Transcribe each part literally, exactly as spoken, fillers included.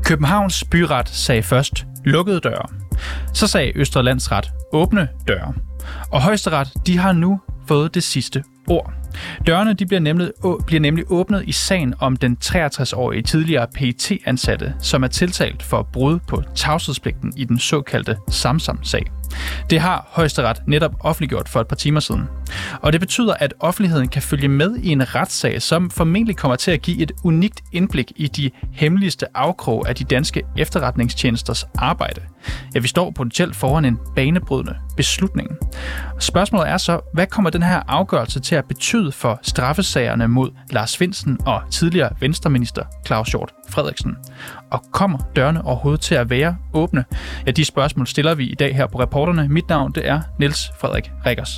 Københavns byret sagde først lukkede døre. Så sagde Østre Landsret åbne døre. Og Højesteret, de har nu fået det sidste ord. Dørene de bliver, nemlig, bliver nemlig åbnet i sagen om den treogtres-årige tidligere P E T-ansatte, som er tiltalt for brud på tavshedspligten i den såkaldte Samsam-sag. Det har Højesteret netop offentliggjort for et par timer siden. Og det betyder, at offentligheden kan følge med i en retssag, som formentlig kommer til at give et unikt indblik i de hemmeligste afkrog af de danske efterretningstjenesters arbejde. Ja, vi står potentielt foran en banebrydende beslutning. Spørgsmålet er så, hvad kommer den her afgørelse til at betyde for straffesagerne mod Lars Findsen og tidligere venstreminister Claus Hjort Frederiksen? Og kommer dørene overhovedet til at være åbne? Ja, de spørgsmål stiller vi i dag her på Reporterne. Mit navn det er Niels Frederik Riggers.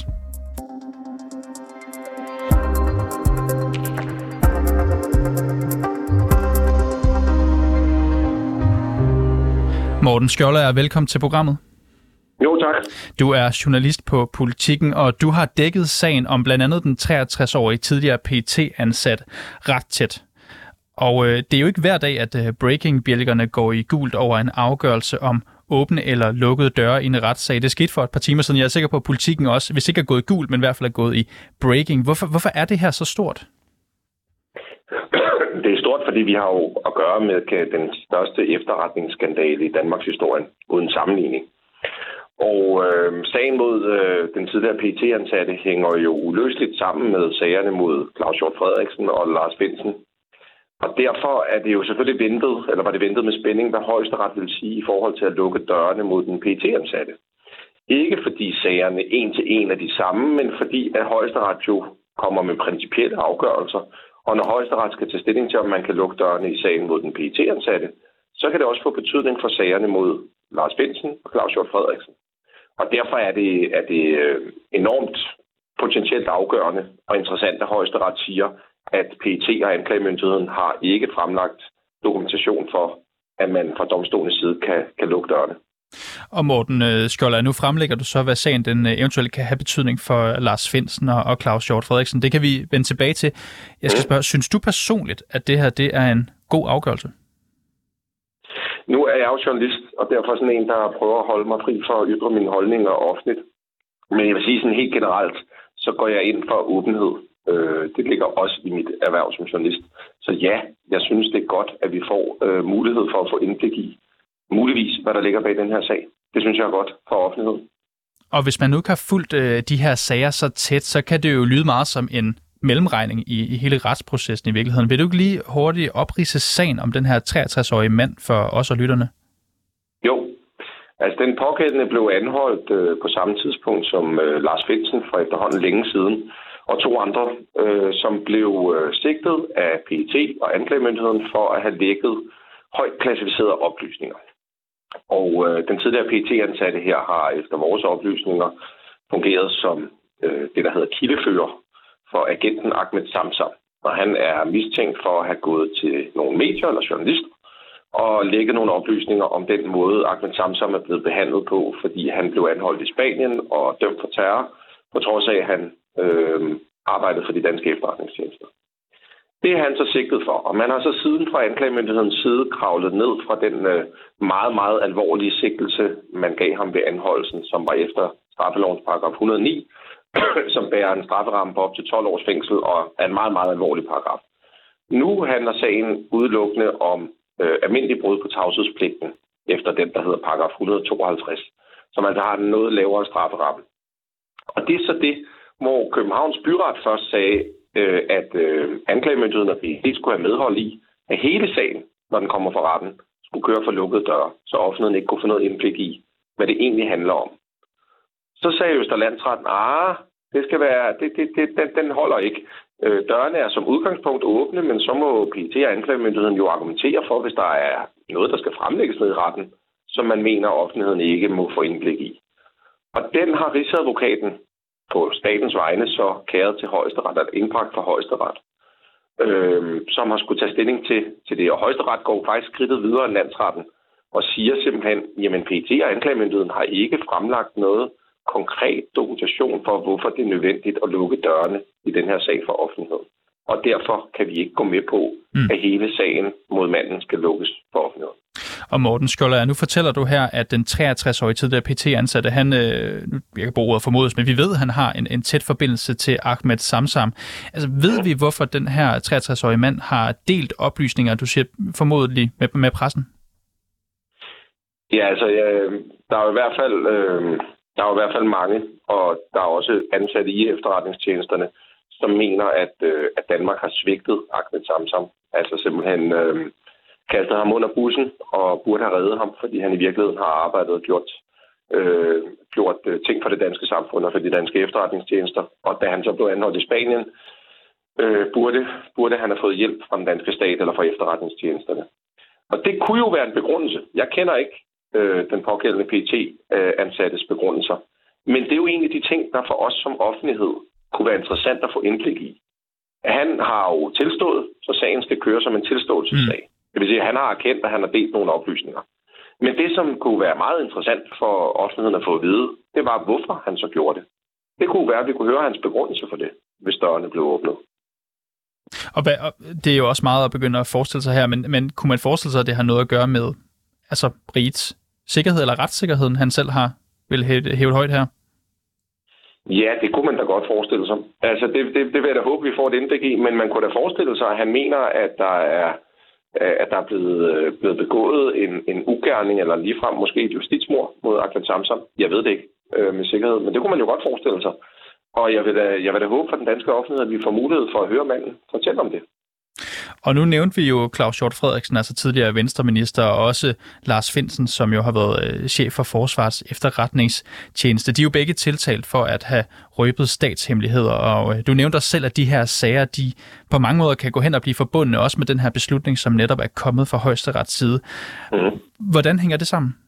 Morten Skjolder, velkommen til programmet. Jo, tak. Du er journalist på Politikken, og du har dækket sagen om blandt andet den treogtres-årige tidligere P E T-ansat ret tæt. Og øh, det er jo ikke hver dag, at øh, breaking-bjælkerne går i gult over en afgørelse om åbne eller lukkede døre i en retssag. Det skete for et par timer siden. Jeg er sikker på, at Politikken også, hvis ikke er gået i gult, men i hvert fald er gået i breaking. Hvorfor, hvorfor er det her så stort? Det er stort, fordi vi har jo at gøre med den største efterretningsskandale i Danmarks historie, uden sammenligning. Og øh, sagen mod øh, den tidligere P E T-ansatte hænger jo uløseligt sammen med sagerne mod Claus Hjort Frederiksen og Lars Findsen. Og derfor er det jo selvfølgelig ventet, eller var det ventet med spænding, hvad Højesteret vil sige i forhold til at lukke dørene mod den P E T-ansatte. Ikke fordi sagerne en til en er de samme, men fordi at Højesteret jo kommer med principielle afgørelser. Og når Højesteret skal tage stilling til, om man kan lukke dørene i sagen mod den P E T-ansatte, så kan det også få betydning for sagerne mod Lars Findsen og Claus Hjort Frederiksen. Og derfor er det, er det enormt potentielt afgørende og interessant, at Højesteret siger, at P E T og anklagemyndigheden har ikke fremlagt dokumentation for, at man fra domstolens side kan, kan lukke dørene. Og Morten Skjolder, nu fremlægger du så, hvad sagen den eventuelt kan have betydning for Lars Findsen og Claus Hjort Frederiksen. Det kan vi vende tilbage til. Jeg skal spørge, mm. synes du personligt, at det her det er en god afgørelse? Nu er jeg jo journalist, og derfor sådan en, der prøver at holde mig fri for at ytre mine holdninger offentligt. Men jeg vil sige sådan helt generelt, så går jeg ind for åbenhed. Det ligger også i mit erhverv som journalist. Så ja, jeg synes, det er godt, at vi får øh, mulighed for at få indblik i, muligvis, hvad der ligger bag den her sag. Det synes jeg er godt for offentligheden. Og hvis man nu ikke har fulgt øh, de her sager så tæt, så kan det jo lyde meget som en mellemregning i, i hele retsprocessen i virkeligheden. Vil du ikke lige hurtigt opridse sagen om den her treogtres-årige mand for os og lytterne? Jo. Altså, den pågældende blev anholdt øh, på samme tidspunkt som øh, Lars Findsen for efterhånden længe siden, og to andre, øh, som blev øh, sigtet af P E T og anklagemyndigheden for at have lækket højt klassificerede oplysninger. Og øh, den tidligere P E T-ansatte her har efter vores oplysninger fungeret som øh, det, der hedder kildefører for agenten Ahmed Samsam. Og han er mistænkt for at have gået til nogle medier eller journalister og lægget nogle oplysninger om den måde, Ahmed Samsam er blevet behandlet på, fordi han blev anholdt i Spanien og dømt for terror, på trods af, at han øh, arbejdede for de danske efterretningstjenester. Det er han så sigtet for, og man har så siden fra anklagemyndighedens side kravlet ned fra den øh, meget, meget alvorlige sigtelse, man gav ham ved anholdelsen, som var efter straffelovens paragraf et hundrede og ni, som bærer en strafferamme på op til tolv års fængsel og er en meget, meget alvorlig paragraf. Nu handler sagen udelukkende om øh, almindelig brud på tavshedspligten efter den, der hedder paragraf et hundrede og tooghalvtreds, som altså har en noget lavere strafferamme. Og det er så det, hvor Københavns byret først sagde, øh, at øh, anklagemyndigheden og P E T skulle have medhold i, at hele sagen, når den kommer for retten, skulle køre for lukkede døre, så offentligheden ikke kunne få noget indblik i, hvad det egentlig handler om. Så sagde Østre Landsret, ah, det skal være, det, det, det, den, den holder ikke. Øh, dørene er som udgangspunkt åbne, men så må P E T og anklagemyndigheden jo argumentere for, hvis der er noget, der skal fremlægges ned i retten, som man mener, offentligheden ikke må få indblik i. Og den har Rigsadvokaten på statens vegne så kæret til Højesteret, at indbragt for Højesteret, øh, som har skulle tage stilling til, til det. Og Højesteret går faktisk skridtet videre end landsretten og siger simpelthen, jamen P E T og anklagemyndigheden har ikke fremlagt noget konkret dokumentation for, hvorfor det er nødvendigt at lukke dørene i den her sag for offentligheden. Og derfor kan vi ikke gå med på, mm. at hele sagen mod manden skal lukkes for offentligheden. Og Morten Skjold, nu fortæller du her, at den treogtres-årige tidligere P E T-ansatte, han, øh, nu jeg kan bruge ordet formodes, men vi ved, at han har en, en tæt forbindelse til Ahmed Samsam. Altså ved vi, hvorfor den her treogtres-årige mand har delt oplysninger, du siger formodentlig, med, med pressen? Ja, altså, ja, der er jo i hvert fald, øh, der er jo i hvert fald mange, og der er også ansatte i efterretningstjenesterne, som mener, at, øh, at Danmark har svigtet Ahmed Samsam. Altså simpelthen øh, kastet ham under bussen og burde have reddet ham, fordi han i virkeligheden har arbejdet og gjort, øh, gjort øh, ting for det danske samfund og for de danske efterretningstjenester. Og da han så blev anholdt i Spanien, øh, burde, burde han have fået hjælp fra den danske stat eller fra efterretningstjenesterne. Og det kunne jo være en begrundelse. Jeg kender ikke øh, den pågældende P E T-ansattes begrundelser. Men det er jo en af de ting, der for os som offentlighed kunne være interessant at få indblik i. Han har jo tilstået, så sagen skal køre som en tilståelsessag. Mm. Det vil sige, at han har erkendt, at han har delt nogle oplysninger. Men det, som kunne være meget interessant for offentligheden at få at vide, det var, hvorfor han så gjorde det. Det kunne være, at vi kunne høre hans begrundelse for det, hvis dørene blev åbnet. Og, hvad, og det er jo også meget at begynde at forestille sig her, men, men kunne man forestille sig, at det har noget at gøre med altså rigets sikkerhed eller retssikkerheden, han selv har vil hæve højt her? Ja, det kunne man da godt forestille sig. Altså, det, det, det vil jeg da håbe, vi får et indblik i, men man kunne da forestille sig, at han mener, at der er, at der er blevet, blevet begået en, en ugerning, eller ligefrem måske et justitsmord mod Ahmed Samsam. Jeg ved det ikke øh, med sikkerhed, men det kunne man jo godt forestille sig. Og jeg vil da, jeg vil da håbe for den danske offentlighed, at vi får mulighed for at høre manden fortælle om det. Og nu nævnte vi jo Claus Hjort Frederiksen, altså tidligere venstreminister, og også Lars Findsen, som jo har været chef for Forsvars efterretningstjeneste. De er jo begge tiltalt for at have røbet statshemmeligheder, og du nævnte også selv, at de her sager, de på mange måder kan gå hen og blive forbundne, også med den her beslutning, som netop er kommet fra Højesterets side. Mm. Hvordan hænger det sammen?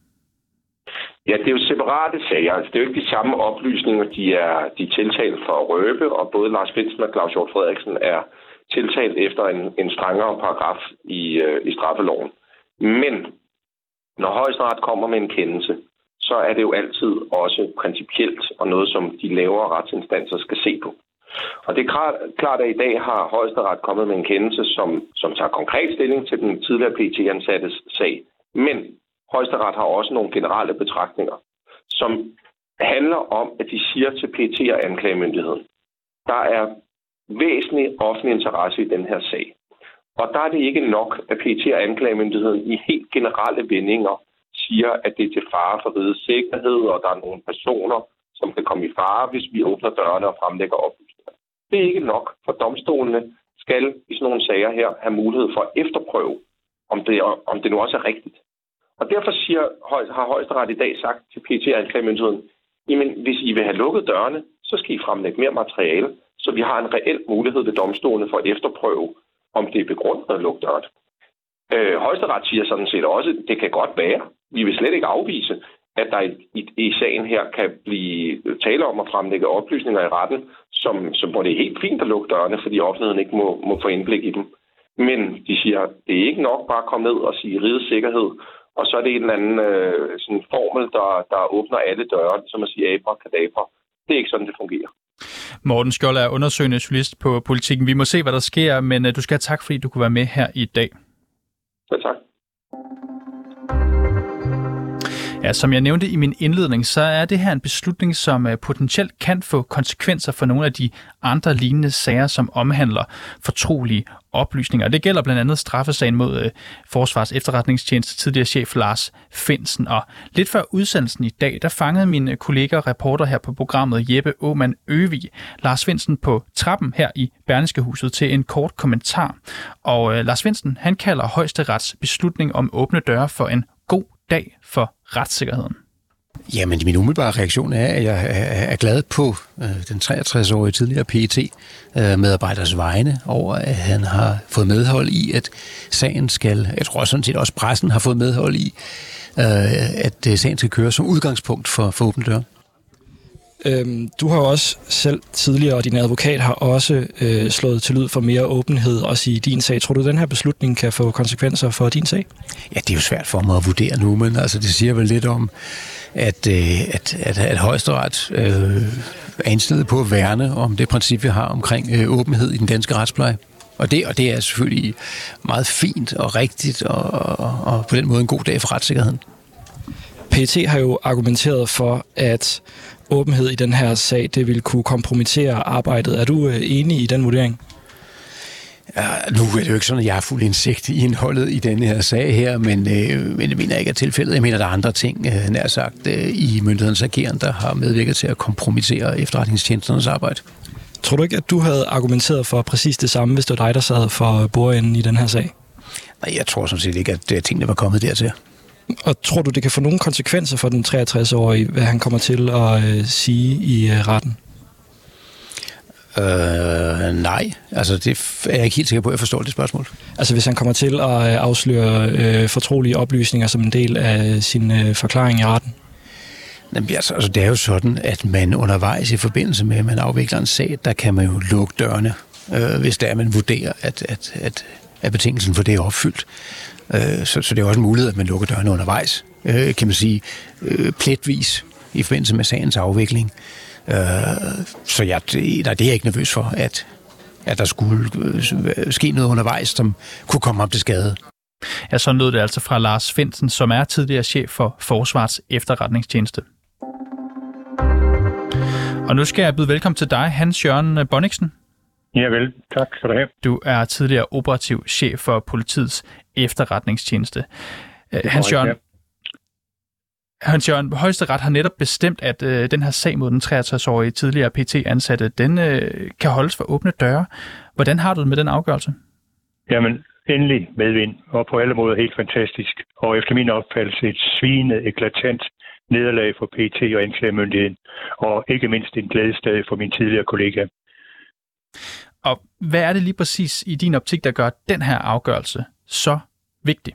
Ja, det er jo separate sager. Altså, det er jo ikke de samme oplysninger, de er, de er tiltalt for at røbe, og både Lars Findsen og Claus Hjort Frederiksen er tiltalt efter en, en strengere paragraf i, øh, i straffeloven. Men når Højesteret kommer med en kendelse, så er det jo altid også principielt og noget, som de lavere retsinstanser skal se på. Og det er klart, klart at i dag har Højesteret kommet med en kendelse, som, som tager konkret stilling til den tidligere P E T-ansattes sag. Men Højesteret har også nogle generelle betragtninger, som handler om, at de siger til P E T og anklagemyndigheden, der er væsentlig offentlig interesse i den her sag. Og der er det ikke nok, at P E T og anklagemyndigheden i helt generelle vendinger siger, at det er til fare for rigets sikkerhed, og der er nogle personer, som kan komme i fare, hvis vi åbner dørene og fremlægger oplysninger. Det er ikke nok, for domstolene skal i sådan nogle sager her have mulighed for at efterprøve, om det, om det nu også er rigtigt. Og derfor siger, har Højesteret i dag sagt til P E T og anklagemyndigheden, jamen hvis I vil have lukket dørene, så skal I fremlægge mere materiale, så vi har en reel mulighed ved domstolene for at efterprøve, om det er begrundet at lukke døren. Øh, Højesteret siger sådan set også, at det kan godt være. Vi vil slet ikke afvise, at der i, i, i sagen her kan blive tale om at fremlægge oplysninger i retten, som, som hvor det er helt fint at lukke dørene, fordi offentligheden ikke må, må få indblik i dem. Men de siger, det er ikke nok bare at komme ned og sige rigets sikkerhed, og så er det en eller anden øh, sådan formel, der, der åbner alle døre, som at sige abracadabra. Det er ikke sådan, det fungerer. Morten Skjold er undersøgende journalist på Politikken. Vi må se, hvad der sker, men du skal have tak, fordi du kunne være med her i dag. Ja, tak. Ja, som jeg nævnte i min indledning, så er det her en beslutning, som potentielt kan få konsekvenser for nogle af de andre lignende sager, som omhandler fortrolige oplysninger. Det gælder blandt andet straffesagen mod Forsvars efterretningstjeneste tidligere chef Lars Findsen. Og lidt før udsendelsen i dag, der fangede min kollega og reporter her på programmet Jeppe Aumann Øvig Lars Findsen på trappen her i Berlingske Huset til en kort kommentar. Og øh, Lars Findsen, han kalder Højesterets beslutning om åbne døre for en god dag for retssikkerheden. Jamen, min umiddelbare reaktion er, at jeg er glad på øh, den treogtres-årige tidligere P E T-medarbejders vegne over, at han har fået medhold i, at sagen skal, jeg tror sådan set også pressen har fået medhold i, øh, at sagen skal køre som udgangspunkt for, for åbne døre. Øhm, du har jo også selv tidligere, og din advokat har også øh, slået til lyd for mere åbenhed, også i din sag. Tror du, den her beslutning kan få konsekvenser for din sag? Ja, det er jo svært for mig at vurdere nu, men altså, det siger vel lidt om, at, øh, at, at, at Højesteret øh, er indstillet på at værne om det princip, vi har omkring øh, åbenhed i den danske retspleje. Og det, og det er selvfølgelig meget fint og rigtigt, og, og, og på den måde en god dag for retssikkerheden. P E T har jo argumenteret for, at åbenhed i den her sag, det vil kunne kompromittere arbejdet. Er du enig i den vurdering? Ja, nu er det jo ikke sådan, at jeg har fuld indsigt i indholdet i denne her sag her, men, øh, men jeg mener ikke, at tilfældet. Jeg mener, der er andre ting, øh, nær sagt, øh, i myndighedens ageren, der har medvirket til at kompromittere efterretningstjenesternes arbejde. Tror du ikke, at du havde argumenteret for præcis det samme, hvis det var dig, der sad for bordenden i den her sag? Nej, jeg tror sådan set ikke, at tingene var kommet dertil. Og tror du, det kan få nogle konsekvenser for den treogtres-årige, hvad han kommer til at øh, sige i øh, retten? Øh, nej, altså det er jeg ikke helt sikker på, at jeg forstår det spørgsmål. Altså hvis han kommer til at afsløre øh, fortrolige oplysninger som en del af sin øh, forklaring i retten? Jamen, altså, altså, det er jo sådan, at man undervejs i forbindelse med, at man afvikler en sag, der kan man jo lukke dørene, øh, hvis det er, man vurderer, at, at, at, at betingelsen for det er opfyldt. Øh, så, så det er også en mulighed, at man lukker dørene undervejs, øh, kan man sige, øh, pletvis i forbindelse med sagens afvikling. Øh, så ja, det, det er jeg ikke nervøs for, at, at der skulle øh, ske noget undervejs, som kunne komme op til skade. Ja, så lød det altså fra Lars Findsen, som er tidligere chef for Forsvarets Efterretningstjeneste. Og nu skal jeg byde velkommen til dig, Hans Jørgen Bonniksen. Ja vel, tak skal du have. Du er tidligere operativ chef for Politiets Efterretningstjeneste. Hans Jørgen, Hans Jørgen, Højesteret har netop bestemt, at øh, den her sag mod den treogtres-årige tidligere P E T-ansatte, den øh, kan holdes for åbne døre. Hvordan har du det med den afgørelse? Jamen, endelig medvind, og på alle måder helt fantastisk. Og efter min opfattelse et svinet, eklatant nederlag for P E T og anklagemyndigheden, og ikke mindst en glædesdag for min tidligere kollega. Og hvad er det lige præcis i din optik, der gør den her afgørelse så vigtig?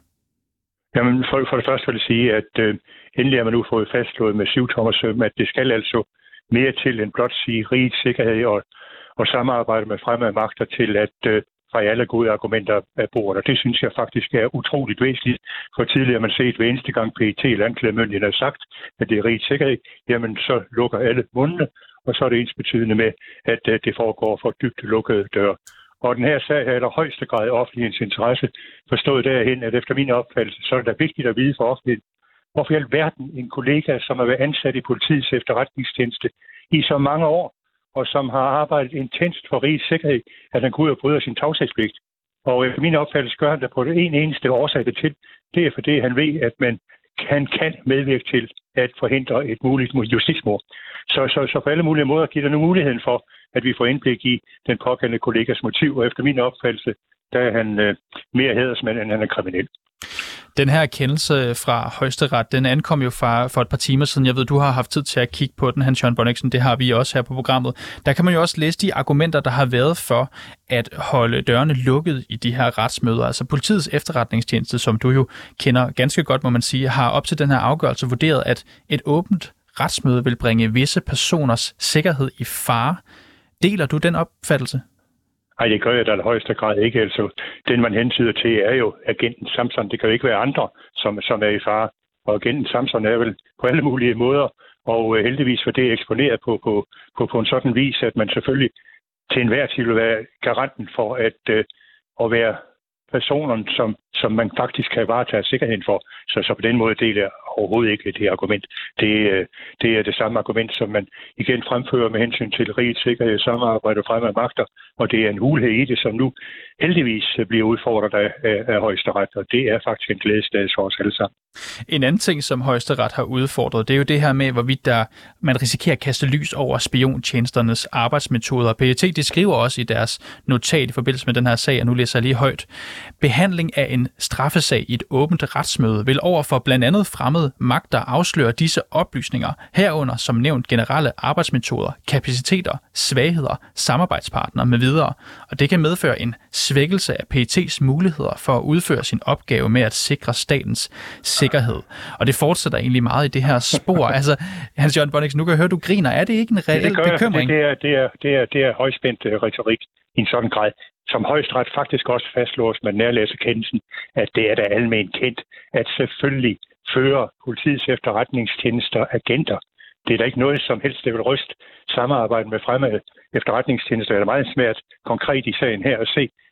Jamen, for, for det første vil jeg sige, at øh, endelig har man nu fået fastslået med syv tommer søm, at det skal altså mere til end blot sige rigets sikkerhed og, og samarbejde med fremmede magter til at øh, fejre alle gode argumenter af bordet. Og det synes jeg faktisk er utroligt væsentligt. For tidligere har man set hver eneste gang P E T eller anklagemyndigheden har sagt, at det er rigets sikkerhed, jamen så lukker alle mundene, og så er det ensbetydende med, at øh, det foregår for dybt lukkede døre. Og den her sag har i højeste grad offentlighedens interesse forstået derhen, at efter min opfattelse, så er det da vigtigt at vide for offentligheden, hvorfor i alverden en kollega, som har været ansat i politiets efterretningstjeneste i så mange år, og som har arbejdet intenst for rigets sikkerhed, at han går ud og bryder sin tavshedspligt. Og efter min opfattelse gør han der på det en eneste årsag til, det er fordi han ved, at man kan, kan medvirke til at forhindre et muligt justitsmord. Så, så, så på alle mulige måder giver der nu muligheden for, at vi får indblik i den pågældende kollegas motiv, og efter min opfattelse, der er han øh, mere hædersmand, end han er kriminel. Den her kendelse fra Højesteret, den ankom jo fra, for et par timer siden. Jeg ved, du har haft tid til at kigge på den, Hans Jørgen Bonniksen. Det har vi også her på programmet. Der kan man jo også læse de argumenter, der har været for at holde dørene lukket i de her retsmøder. Altså Politiets Efterretningstjeneste, som du jo kender ganske godt, må man sige, har op til den her afgørelse vurderet, at et åbent retsmøde vil bringe visse personers sikkerhed i fare. Deler du den opfattelse? Nej, det gør jeg da i højeste grad ikke. Altså, den, man hentyder til, er jo agenten Samson. Det kan jo ikke være andre, som, som er i fare. Og agenten Samson er vel på alle mulige måder, og øh, heldigvis for det eksponeret på, på, på, på en sådan vis, at man selvfølgelig til enhver tid vil være garanten for at, øh, at være personen, som, som man faktisk kan varetage sikkerheden for. Så, så på den måde deler jeg overhovedet ikke det argument. Det, det er det samme argument, som man igen fremfører med hensyn til rigets sikkerhed, samarbejde og fremmede magter, og det er en hulhed i det, som nu heldigvis bliver udfordret af, af, af Højesteret, og det er faktisk en glædesdag for os alle sammen. En anden ting, som Højesteret har udfordret, det er jo det her med, hvorvidt der, man risikerer at kaste lys over spiontjenesternes arbejdsmetoder. P E T, de skriver også i deres notat i forbindelse med den her sag, og nu læser jeg lige højt. Behandling af en straffesag i et åbent retsmøde vil overfor blandt andet fremmede magter afsløre disse oplysninger, herunder som nævnt generelle arbejdsmetoder, kapaciteter, svagheder, samarbejdspartnere med videre. Og det kan medføre en svækkelse af P E T's muligheder for at udføre sin opgave med at sikre statens sikkerhed. Og det fortsætter egentlig meget i det her spor. Altså, Hans Jørgen Bonniksen, nu kan jeg høre, du griner. Er det ikke en reel det bekymring? Det er, det er, det er, det er højspændt retorik i en sådan grad, som Højesteret faktisk også fastslås med nærlæserkendelsen, at det er da almen kendt, at selvfølgelig fører politiets efterretningstjenester agenter. Det er da ikke noget som helst, det vil ryste samarbejde med fremmede efterretningstjenester. Det er meget svært konkret i sagen her at se,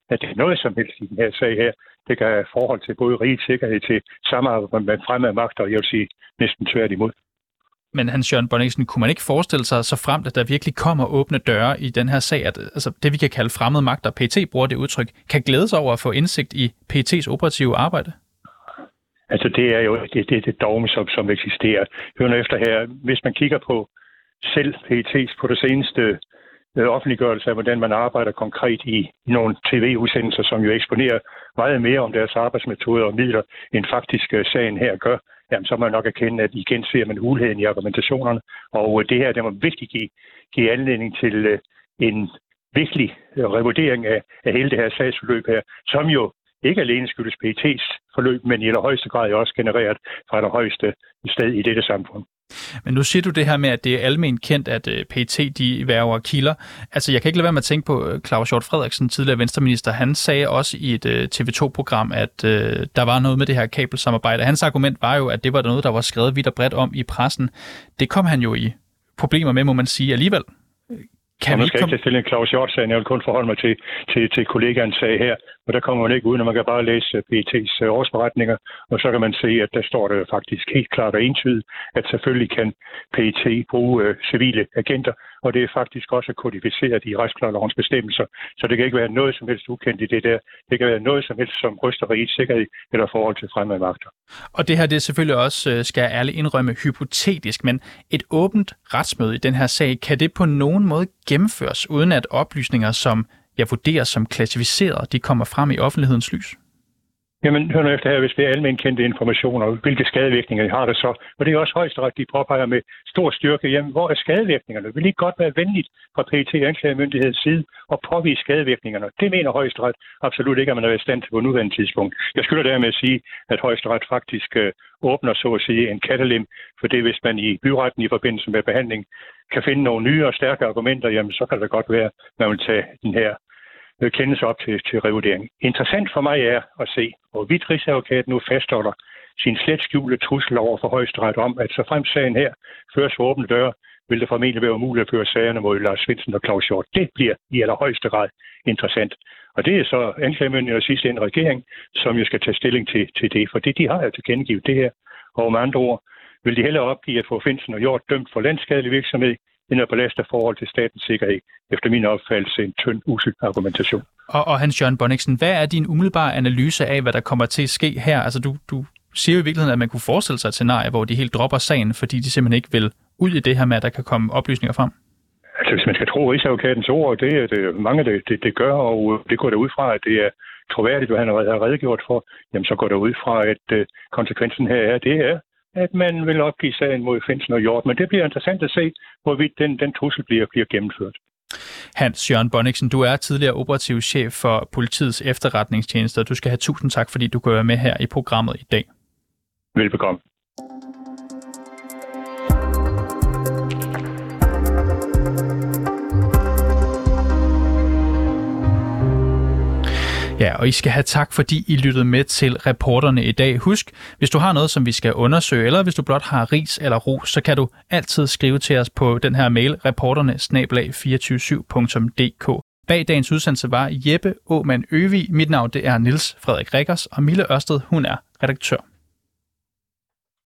at det er noget som helst i den her sag her. Det kan have forhold til både rigets sikkerhed til samarbejde med fremmede magter, og jeg vil sige næsten tværtimod. Men Hans Jørgen Bonnichsen, kunne man ikke forestille sig, så fremt at der virkelig kommer åbne døre i den her sag, at altså, det vi kan kalde fremmede magter, P E T bruger det udtryk, kan glæde sig over at få indsigt i P E T's operative arbejde? Altså det er jo det, det, det dogme, som, som eksisterer. Hør efter her, hvis man kigger på selv P E T's på det seneste øh, offentliggørelse af, hvordan man arbejder konkret i, i nogle tv-udsendelser, som jo eksponerer meget mere om deres arbejdsmetoder og midler, end faktisk øh, sagen her gør, jamen så må man nok erkende, at igen ser man hulheden i argumentationerne. Og øh, det her, det må virkelig give, give anledning til øh, en virkelig øh, revurdering af, af hele det her sagsforløb her, som jo ikke alene skyldes P E T's forløb, men i allerhøjeste grad også genereret fra det højeste sted i dette samfund. Men nu siger du det her med, at det er alment kendt, at P E T de værger kilder. Altså, jeg kan ikke lade være med at tænke på Claus Hjort Frederiksen, tidligere venstreminister. Han sagde også i et T V to-program, at øh, der var noget med det her kabelsamarbejde. Hans argument var jo, at det var noget, der var skrevet vidt og bredt om i pressen. Det kom han jo i problemer med, må man sige, alligevel. Kan man skal ikke komme... stille en Claus Hjort-sag, jeg vil kun forholde mig til, til, til kollegaens sag her, og der kommer man ikke ud, når man kan bare læse P E T's årsberetninger, og så kan man se, at der står der faktisk helt klart og entydigt, at selvfølgelig kan P E T bruge øh, civile agenter, og det er faktisk også kodificeret i retsplejelovens bestemmelser, så det kan ikke være noget som helst ukendt i det der. Det kan være noget som helst, som ryster rigets sikkerhed eller forhold til fremmede magter. Og det her, det er selvfølgelig også, skal jeg ærligt indrømme, hypotetisk, men et åbent retsmøde i den her sag, kan det på nogen måde gennemføres, uden at oplysninger, som jeg vurderer som klassificeret, de kommer frem i offentlighedens lys? Jamen, hør nu efter her, hvis det er almindeligt kendte informationer, hvilke skadevirkninger har det så? Og det er også højesteret, de påpeger med stor styrke, jamen, hvor er skadevirkningerne? Vil det ikke godt være venligt fra P E T anklagemyndighedens side og påvise skadevirkningerne? Det mener højesteret absolut ikke, at man er i stand til på nuværende tidspunkt. Jeg skylder dermed at sige, at højesteret faktisk øh, åbner, så at sige, en kattelem, for det hvis man i byretten i forbindelse med behandling kan finde nogle nye og stærke argumenter, jamen så kan det godt være, at man vil tage den her kendelse op til, til revurdering. Interessant for mig er at se, hvorvidt Rigsadvokaten nu fastholder sin slet skjulte trussel over for højesteret om, at så frem sagen her føres for åbne døre, vil det formentlig være umuligt at føre sagerne mod Lars Findsen og Claus Hjort. Det bliver i allerhøjeste grad interessant. Og det er så anklagemyndigheden og sidste en regering, som jo skal tage stilling til, til det, for det de har jo tilkendegivet det her. Og med andre ord vil de hellere opgive at få Findsen og Hjort dømt for landskadelig virksomhed, end at belaste forhold til statens sikkerhed. Efter min opfattelse en tynd, usel argumentation. Og, og Hans Jørgen Bonnichsen, hvad er din umiddelbare analyse af, hvad der kommer til at ske her? Altså, du, du siger jo i virkeligheden, at man kunne forestille sig et scenarie, hvor de helt dropper sagen, fordi de simpelthen ikke vil ud i det her med, at der kan komme oplysninger frem. Altså, hvis man skal tro Rigsadvokatens ord, det er det, mange, det, det, det gør, og det går der ud fra, at det er troværdigt, hvad han har redegjort for, jamen så går der ud fra, at uh, konsekvensen her er, det er, at man vil opgive sagen mod Findsen og Hjort. Men det bliver interessant at se, hvorvidt den, den trussel bliver, bliver gennemført. Hans Jørgen Bonnichsen, du er tidligere operativ chef for Politiets Efterretningstjeneste, og du skal have tusind tak, fordi du kan være med her i programmet i dag. Velbekomme. Ja, og I skal have tak, fordi I lyttede med til Reporterne i dag. Husk, hvis du har noget, som vi skal undersøge, eller hvis du blot har ris eller ros, så kan du altid skrive til os på den her mail, reporterne snabel-a to fire syv punktum d k. Bag dagens udsendelse var Jeppe Aamand Øvig. Mit navn det er Niels Frederik Rikkers, og Mille Ørsted, hun er redaktør.